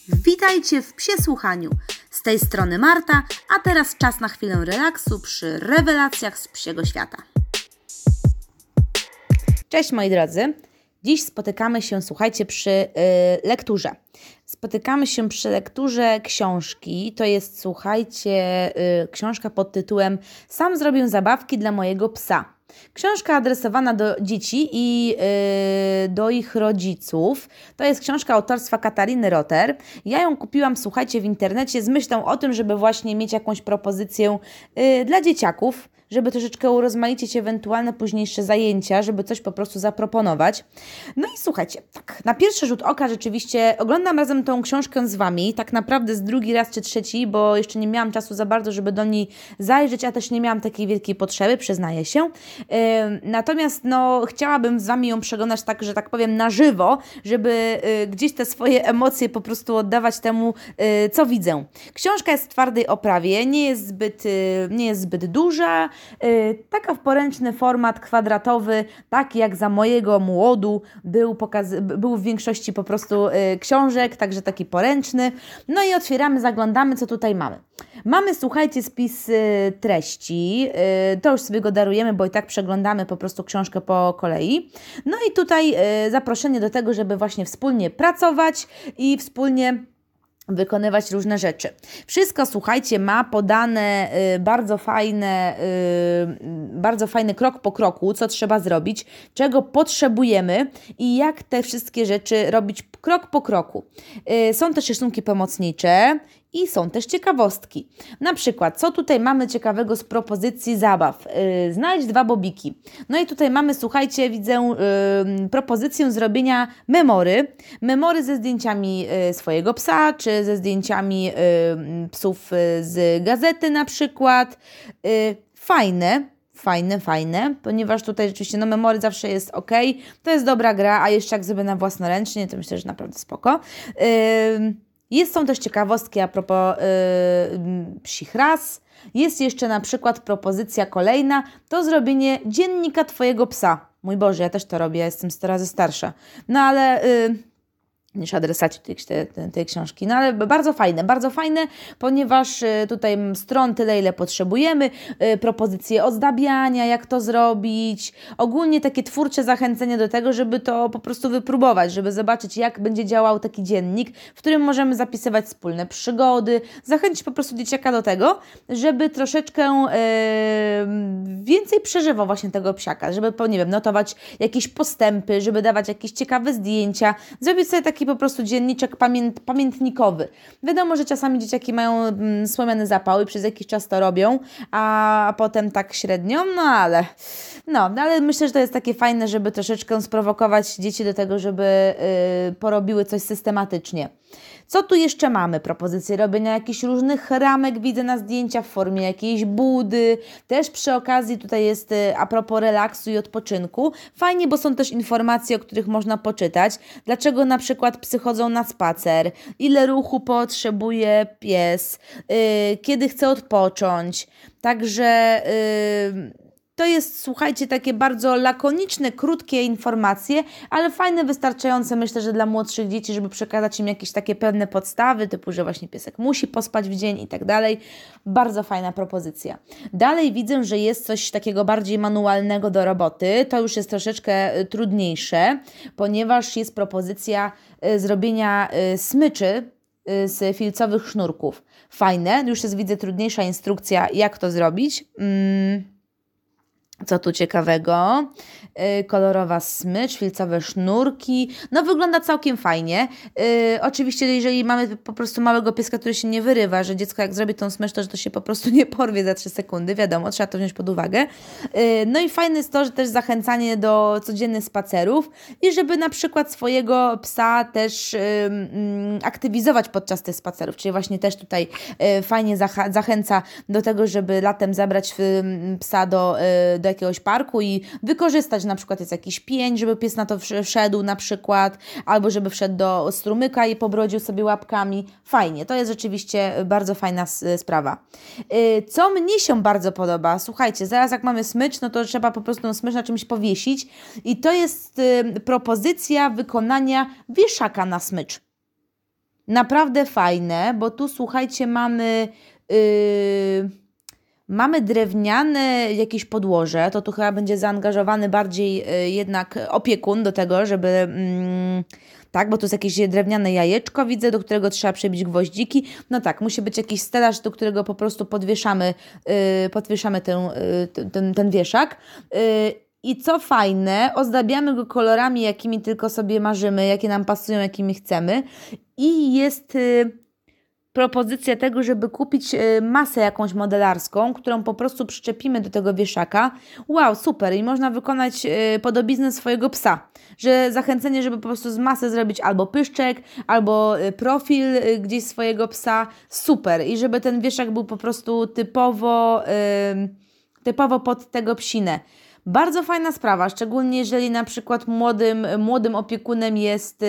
Witajcie w Psie Słuchaniu. Z tej strony Marta, a teraz czas na chwilę relaksu przy rewelacjach z psiego świata. Cześć moi drodzy. Dziś spotykamy się, słuchajcie, przy lekturze. Spotykamy się przy lekturze książki. To jest, słuchajcie, książka pod tytułem Sam zrobię zabawki dla mojego psa. Książka adresowana do dzieci i do ich rodziców. To jest książka autorstwa Katariny Rotter. Ja ją kupiłam, słuchajcie, w internecie z myślą o tym, żeby właśnie mieć jakąś propozycję dla dzieciaków, żeby troszeczkę urozmaicić ewentualne późniejsze zajęcia, żeby coś po prostu zaproponować. No i słuchajcie, tak na pierwszy rzut oka rzeczywiście oglądam razem tą książkę z Wami, tak naprawdę z drugi raz czy trzeci, bo jeszcze nie miałam czasu za bardzo, żeby do niej zajrzeć, a też nie miałam takiej wielkiej potrzeby, przyznaję się. Natomiast chciałabym z Wami ją przeglądać tak, że tak powiem na żywo, żeby gdzieś te swoje emocje po prostu oddawać temu, co widzę. Książka jest w twardej oprawie, nie jest zbyt duża, taka w poręczny format kwadratowy, tak jak za mojego młodu był w większości po prostu książek, także taki poręczny. No i otwieramy, zaglądamy, co tutaj mamy. Mamy, słuchajcie, spis treści, to już sobie go darujemy, bo i tak przeglądamy po prostu książkę po kolei. No i tutaj zaproszenie do tego, żeby właśnie wspólnie pracować i wspólnie wykonywać różne rzeczy. Wszystko, słuchajcie, ma podane bardzo fajny krok po kroku, co trzeba zrobić, czego potrzebujemy i jak te wszystkie rzeczy robić krok po kroku. Są też rysunki pomocnicze i są też ciekawostki. Na przykład, co tutaj mamy ciekawego z propozycji zabaw? Znajdź 2 bobiki. No i tutaj mamy, słuchajcie, widzę propozycję zrobienia memory ze zdjęciami swojego psa, czy ze zdjęciami psów z gazety na przykład. Fajne, ponieważ tutaj rzeczywiście memory zawsze jest ok. To jest dobra gra, a jeszcze jak zrobię na własnoręcznie, to myślę, że naprawdę spoko. Są też ciekawostki a propos psich ras. Jest jeszcze na przykład propozycja kolejna, to zrobienie dziennika Twojego psa. Mój Boże, ja też to robię, ja jestem 100 razy starsza. No ale niż adresaci tej książki. No ale bardzo fajne, ponieważ tutaj stron tyle, ile potrzebujemy, propozycje ozdabiania, jak to zrobić, ogólnie takie twórcze zachęcenie do tego, żeby to po prostu wypróbować, żeby zobaczyć, jak będzie działał taki dziennik, w którym możemy zapisywać wspólne przygody, zachęcić po prostu dzieciaka do tego, żeby troszeczkę więcej przeżywał właśnie tego psiaka, żeby, nie wiem, notować jakieś postępy, żeby dawać jakieś ciekawe zdjęcia, zrobić sobie taki po prostu dzienniczek pamiętnikowy. Wiadomo, że czasami dzieciaki mają słomiany zapał i przez jakiś czas to robią, a potem tak średnio, ale myślę, że to jest takie fajne, żeby troszeczkę sprowokować dzieci do tego, żeby porobiły coś systematycznie. Co tu jeszcze mamy? Propozycje robienia jakichś różnych ramek, widzę na zdjęcia w formie jakiejś budy. Też przy okazji tutaj jest a propos relaksu i odpoczynku. Fajnie, bo są też informacje, o których można poczytać. Dlaczego na przykład psy chodzą na spacer, ile ruchu potrzebuje pies, kiedy chce odpocząć. Także to jest, słuchajcie, takie bardzo lakoniczne, krótkie informacje, ale fajne, wystarczające, myślę, że dla młodszych dzieci, żeby przekazać im jakieś takie pewne podstawy, typu, że właśnie piesek musi pospać w dzień i tak dalej. Bardzo fajna propozycja. Dalej widzę, że jest coś takiego bardziej manualnego do roboty. To już jest troszeczkę trudniejsze, ponieważ jest propozycja zrobienia smyczy z filcowych sznurków. Fajne, już jest, widzę, trudniejsza instrukcja, jak to zrobić. Co tu ciekawego? Kolorowa smycz, filcowe sznurki. No wygląda całkiem fajnie. Oczywiście, jeżeli mamy po prostu małego pieska, który się nie wyrywa, że dziecko jak zrobi tą smycz, to że to się po prostu nie porwie za 3 sekundy. Wiadomo, trzeba to wziąć pod uwagę. No i fajne jest to, że też zachęcanie do codziennych spacerów i żeby na przykład swojego psa też aktywizować podczas tych spacerów. Czyli właśnie też tutaj fajnie zachęca do tego, żeby latem zabrać psa do jakiegoś parku i wykorzystać, na przykład jest jakiś pień, żeby pies na to wszedł na przykład, albo żeby wszedł do strumyka i pobrodził sobie łapkami. Fajnie, to jest rzeczywiście bardzo fajna sprawa. Co mnie się bardzo podoba, słuchajcie, zaraz jak mamy smycz, no to trzeba po prostu smycz na czymś powiesić i to jest propozycja wykonania wieszaka na smycz. naprawdę fajne, bo tu słuchajcie, mamy drewniane jakieś podłoże, to tu chyba będzie zaangażowany bardziej jednak opiekun do tego, żeby... tak, bo tu jest jakieś drewniane jajeczko, widzę, do którego trzeba przebić gwoździki. No tak, musi być jakiś stelaż, do którego po prostu podwieszamy ten wieszak. I co fajne, ozdabiamy go kolorami, jakimi tylko sobie marzymy, jakie nam pasują, jakimi chcemy. I jest propozycja tego, żeby kupić masę jakąś modelarską, którą po prostu przyczepimy do tego wieszaka. Wow, super! I można wykonać podobiznę swojego psa. Że zachęcenie, żeby po prostu z masy zrobić albo pyszczek, albo profil gdzieś swojego psa. Super! I żeby ten wieszak był po prostu typowo pod tego psinę. Bardzo fajna sprawa, szczególnie jeżeli na przykład młodym opiekunem jest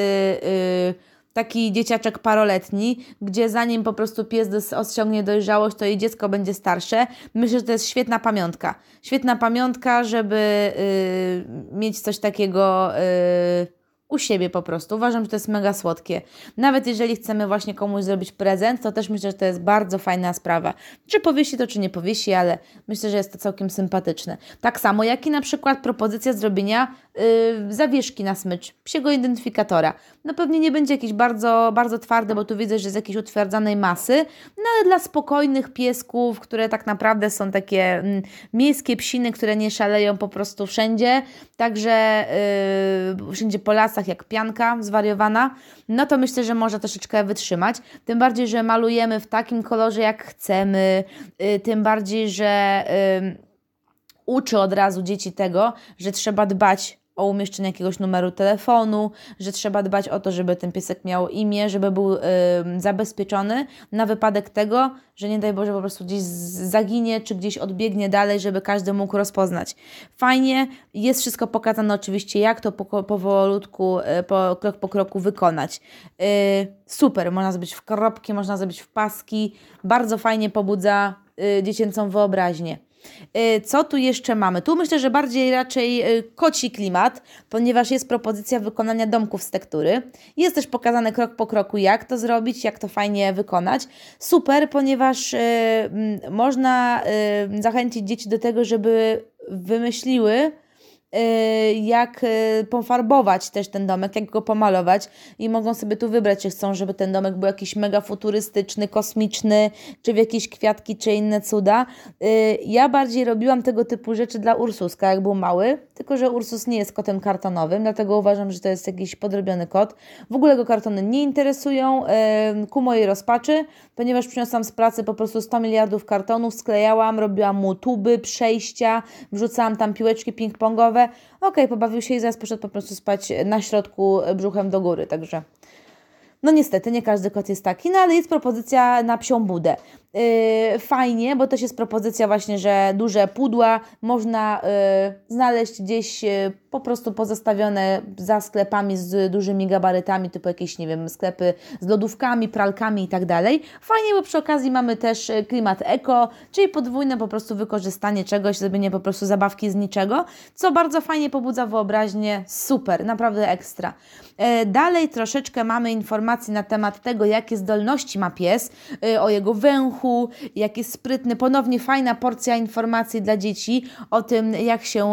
taki dzieciaczek paroletni, gdzie zanim po prostu pies osiągnie dojrzałość, to jej dziecko będzie starsze. Myślę, że to jest świetna pamiątka. Świetna pamiątka, żeby mieć coś takiego u siebie po prostu. Uważam, że to jest mega słodkie. Nawet jeżeli chcemy właśnie komuś zrobić prezent, to też myślę, że to jest bardzo fajna sprawa. Czy powiesi to, czy nie powiesi, ale myślę, że jest to całkiem sympatyczne. Tak samo jak i na przykład propozycja zrobienia zawieszki na smycz, psiego identyfikatora. No pewnie nie będzie jakiś bardzo, bardzo twardy, bo tu widzę, że jest jakiejś utwardzanej masy, no ale dla spokojnych piesków, które tak naprawdę są takie miejskie psiny, które nie szaleją po prostu wszędzie, także wszędzie po lasach jak pianka zwariowana, no to myślę, że może troszeczkę wytrzymać. Tym bardziej, że malujemy w takim kolorze jak chcemy, tym bardziej, że uczy od razu dzieci tego, że trzeba dbać o umieszczenie jakiegoś numeru telefonu, że trzeba dbać o to, żeby ten piesek miał imię, żeby był zabezpieczony na wypadek tego, że nie daj Boże po prostu gdzieś zaginie, czy gdzieś odbiegnie dalej, żeby każdy mógł rozpoznać. Fajnie, jest wszystko pokazane oczywiście, jak to powolutku, krok po kroku wykonać. Super, można zrobić w kropki, można zrobić w paski, bardzo fajnie pobudza dziecięcą wyobraźnię. Co tu jeszcze mamy? Tu myślę, że bardziej raczej koci klimat, ponieważ jest propozycja wykonania domków z tektury. Jest też pokazane krok po kroku, jak to zrobić, jak to fajnie wykonać. Super, ponieważ można zachęcić dzieci do tego, żeby wymyśliły, jak pofarbować też ten domek, jak go pomalować i mogą sobie tu wybrać, czy chcą, żeby ten domek był jakiś mega futurystyczny, kosmiczny, czy w jakieś kwiatki, czy inne cuda. Ja bardziej robiłam tego typu rzeczy dla Ursuska, jak był mały, tylko że Ursus nie jest kotem kartonowym, dlatego uważam, że to jest jakiś podrobiony kot. W ogóle go kartony nie interesują, ku mojej rozpaczy, ponieważ przyniosłam z pracy po prostu 100 miliardów kartonów, sklejałam, robiłam mu tuby, przejścia, wrzucałam tam piłeczki ping-pongowe. Okej, pobawił się i zaraz poszedł po prostu spać na środku brzuchem do góry, także no niestety nie każdy kot jest taki, no ale jest propozycja na psią budę. Fajnie, bo też jest propozycja właśnie, że duże pudła można znaleźć gdzieś po prostu pozostawione za sklepami z dużymi gabarytami, typu jakieś, nie wiem, sklepy z lodówkami, pralkami i tak dalej. Fajnie, bo przy okazji mamy też klimat eko, czyli podwójne po prostu wykorzystanie czegoś, zrobienie po prostu zabawki z niczego, co bardzo fajnie pobudza wyobraźnię. Super, naprawdę ekstra. Dalej troszeczkę mamy informacji na temat tego, jakie zdolności ma pies, o jego węchu, jak jest sprytny. Ponownie fajna porcja informacji dla dzieci o tym, jak się,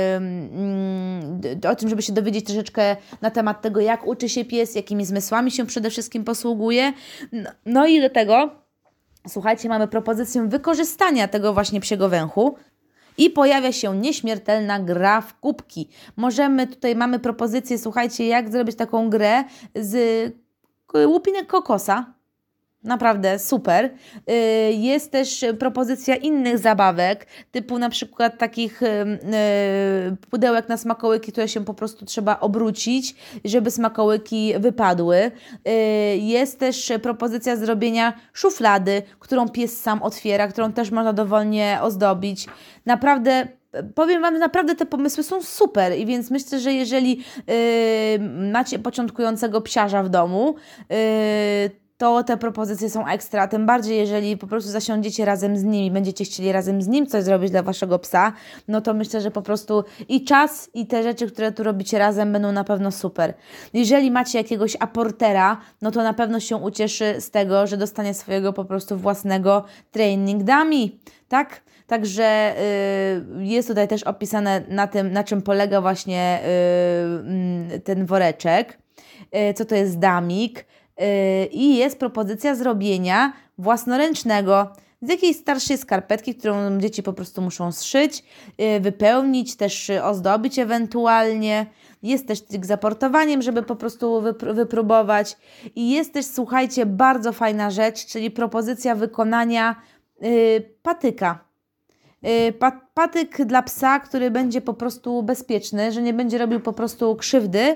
o tym, żeby się dowiedzieć troszeczkę na temat tego, jak uczy się pies, jakimi zmysłami się przede wszystkim posługuje. No i do tego, słuchajcie, mamy propozycję wykorzystania tego właśnie psiego węchu. I pojawia się nieśmiertelna gra w kubki. Mamy propozycję, słuchajcie, jak zrobić taką grę z łupinek kokosa. Naprawdę super. Jest też propozycja innych zabawek, typu na przykład takich pudełek na smakołyki, które się po prostu trzeba obrócić, żeby smakołyki wypadły. Jest też propozycja zrobienia szuflady, którą pies sam otwiera, którą też można dowolnie ozdobić. Naprawdę powiem Wam, naprawdę te pomysły są super i więc myślę, że jeżeli macie początkującego psiarza w domu, to te propozycje są ekstra, tym bardziej jeżeli po prostu zasiądziecie razem z nimi, będziecie chcieli razem z nim coś zrobić dla waszego psa, no to myślę, że po prostu i czas, i te rzeczy, które tu robicie razem będą na pewno super. Jeżeli macie jakiegoś aportera, no to na pewno się ucieszy z tego, że dostanie swojego po prostu własnego training dummy, tak? Także jest tutaj też opisane na tym, na czym polega właśnie ten woreczek, co to jest damik. I jest propozycja zrobienia własnoręcznego z jakiejś starszej skarpetki, którą dzieci po prostu muszą zszyć, wypełnić, też ozdobić ewentualnie. Jest też trik z aportowaniem, żeby po prostu wypróbować. I jest też, słuchajcie, bardzo fajna rzecz, czyli propozycja wykonania patyka. Patyk dla psa, który będzie po prostu bezpieczny, że nie będzie robił po prostu krzywdy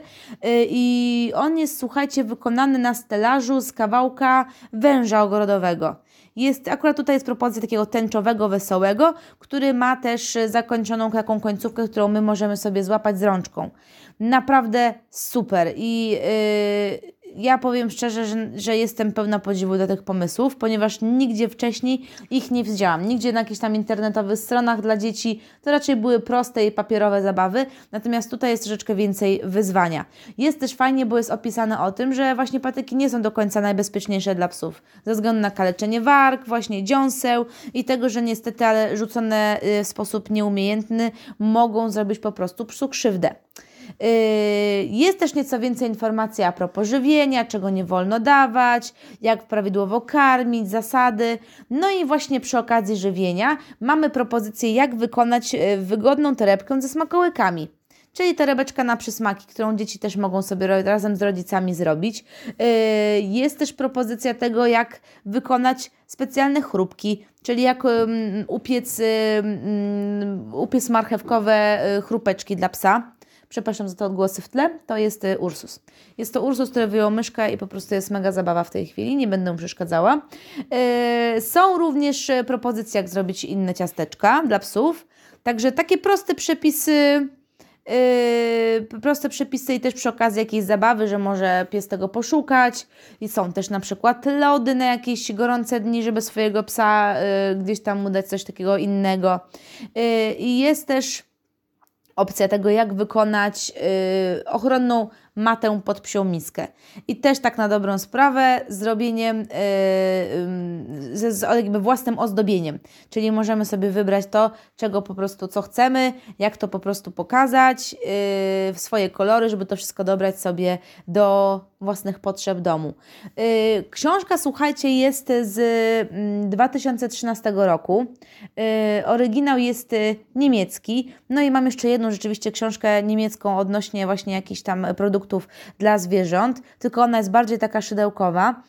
i on jest, słuchajcie, wykonany na stelażu z kawałka węża ogrodowego. Akurat tutaj jest propozycja takiego tęczowego, wesołego, który ma też zakończoną taką końcówkę, którą my możemy sobie złapać z rączką. Naprawdę super i ja powiem szczerze, że jestem pełna podziwu do tych pomysłów, ponieważ nigdzie wcześniej ich nie widziałam. Nigdzie na jakichś tam internetowych stronach dla dzieci to raczej były proste i papierowe zabawy, natomiast tutaj jest troszeczkę więcej wyzwania. Jest też fajnie, bo jest opisane o tym, że właśnie patyki nie są do końca najbezpieczniejsze dla psów. Ze względu na kaleczenie warg, właśnie dziąseł i tego, że niestety, ale rzucone w sposób nieumiejętny mogą zrobić po prostu psu krzywdę. Jest też nieco więcej informacji a propos żywienia, czego nie wolno dawać, jak prawidłowo karmić, zasady. No i właśnie przy okazji żywienia mamy propozycję, jak wykonać wygodną torebkę ze smakołykami. Czyli torebeczka na przysmaki, którą dzieci też mogą sobie razem z rodzicami zrobić. Jest też propozycja tego, jak wykonać specjalne chrupki, czyli jak upiec marchewkowe chrupeczki dla psa. Przepraszam za te odgłosy w tle, to jest Ursus. Jest to Ursus, który wyjął myszkę i po prostu jest mega zabawa w tej chwili, nie będę mu przeszkadzała. Są również propozycje, jak zrobić inne ciasteczka dla psów. Także takie proste przepisy i też przy okazji jakiejś zabawy, że może pies tego poszukać. I są też na przykład lody na jakieś gorące dni, żeby swojego psa gdzieś tam mu dać coś takiego innego. I jest też opcja tego, jak wykonać ochronną matę pod psią miskę. I też tak na dobrą sprawę zrobieniem z jakby własnym ozdobieniem. Czyli możemy sobie wybrać to, czego po prostu co chcemy, jak to po prostu pokazać w swoje kolory, żeby to wszystko dobrać sobie do własnych potrzeb domu. Książka, słuchajcie, jest z 2013 roku. Oryginał jest niemiecki. No i mam jeszcze jedną rzeczywiście książkę niemiecką odnośnie właśnie jakichś tam produktów dla zwierząt, tylko ona jest bardziej taka szydełkowa.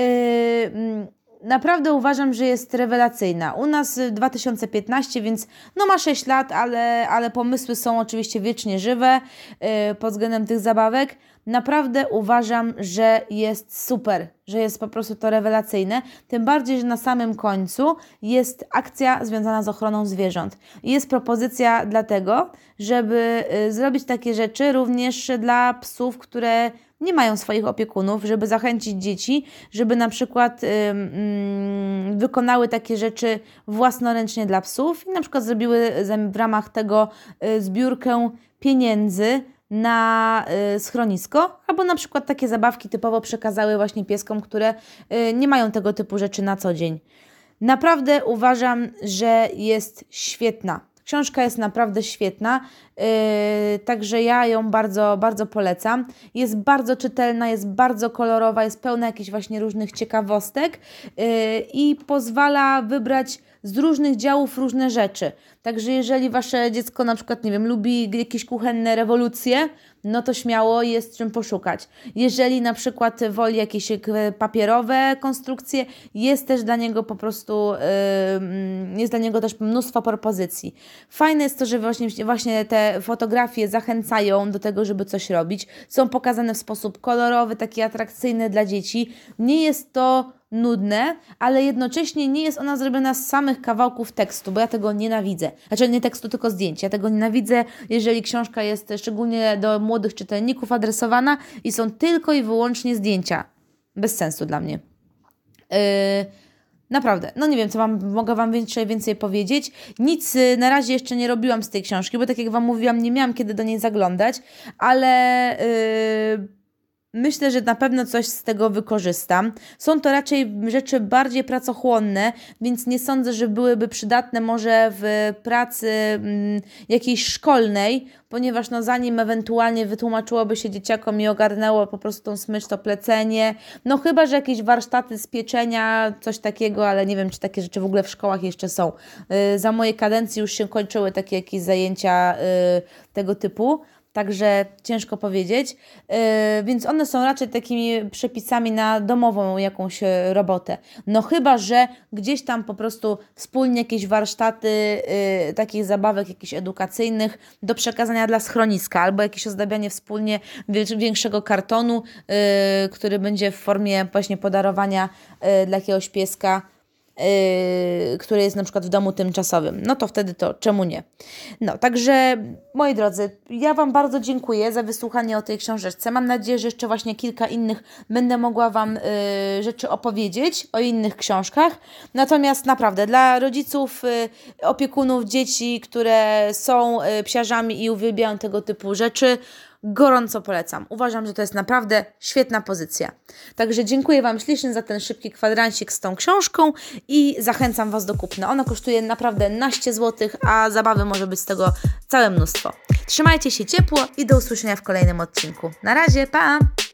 Naprawdę uważam, że jest rewelacyjna. U nas 2015, więc no ma 6 lat, ale pomysły są oczywiście wiecznie żywe pod względem tych zabawek. Naprawdę uważam, że jest super, że jest po prostu to rewelacyjne. Tym bardziej, że na samym końcu jest akcja związana z ochroną zwierząt. I jest propozycja dlatego, żeby zrobić takie rzeczy również dla psów, które nie mają swoich opiekunów, żeby zachęcić dzieci, żeby na przykład wykonały takie rzeczy własnoręcznie dla psów i na przykład zrobiły w ramach tego zbiórkę pieniędzy na schronisko, albo na przykład takie zabawki typowo przekazały właśnie pieskom, które nie mają tego typu rzeczy na co dzień. Naprawdę uważam, że jest świetna. Książka jest naprawdę świetna, także ja ją bardzo, bardzo polecam. Jest bardzo czytelna, jest bardzo kolorowa, jest pełna jakichś właśnie różnych ciekawostek i pozwala wybrać z różnych działów różne rzeczy. Także jeżeli Wasze dziecko na przykład, nie wiem, lubi jakieś kuchenne rewolucje, no to śmiało jest czym poszukać. Jeżeli na przykład woli jakieś papierowe konstrukcje, jest też dla niego po prostu, jest dla niego też mnóstwo propozycji. Fajne jest to, że właśnie te fotografie zachęcają do tego, żeby coś robić. Są pokazane w sposób kolorowy, taki atrakcyjny dla dzieci. Nie jest to nudne, ale jednocześnie nie jest ona zrobiona z samych kawałków tekstu, bo ja tego nienawidzę. Znaczy nie tekstu, tylko zdjęć. Ja tego nienawidzę, jeżeli książka jest szczególnie do młodych czytelników adresowana i są tylko i wyłącznie zdjęcia. Bez sensu dla mnie. Naprawdę, no nie wiem, co mogę Wam więcej powiedzieć. Nic na razie jeszcze nie robiłam z tej książki, bo tak jak Wam mówiłam, nie miałam kiedy do niej zaglądać, ale myślę, że na pewno coś z tego wykorzystam. Są to raczej rzeczy bardziej pracochłonne, więc nie sądzę, że byłyby przydatne może w pracy jakiejś szkolnej, ponieważ no zanim ewentualnie wytłumaczyłoby się dzieciakom i ogarnęło po prostu tą smycz, to plecenie, no chyba, że jakieś warsztaty z pieczenia, coś takiego, ale nie wiem, czy takie rzeczy w ogóle w szkołach jeszcze są. Za mojej kadencji już się kończyły takie jakieś zajęcia tego typu. Także ciężko powiedzieć, więc one są raczej takimi przepisami na domową jakąś robotę. No chyba, że gdzieś tam po prostu wspólnie jakieś warsztaty takich zabawek jakichś edukacyjnych do przekazania dla schroniska albo jakieś ozdabianie wspólnie większego kartonu, który będzie w formie właśnie podarowania dla jakiegoś pieska, który jest na przykład w domu tymczasowym. No to wtedy to czemu nie? No, także moi drodzy, ja Wam bardzo dziękuję za wysłuchanie o tej książeczce. Mam nadzieję, że jeszcze właśnie kilka innych będę mogła Wam rzeczy opowiedzieć o innych książkach. Natomiast naprawdę dla rodziców, opiekunów dzieci, które są psiarzami i uwielbiają tego typu rzeczy, gorąco polecam. Uważam, że to jest naprawdę świetna pozycja. Także dziękuję Wam ślicznie za ten szybki kwadransik z tą książką i zachęcam Was do kupna. Ona kosztuje naprawdę naście złotych, a zabawy może być z tego całe mnóstwo. Trzymajcie się ciepło i do usłyszenia w kolejnym odcinku. Na razie, pa!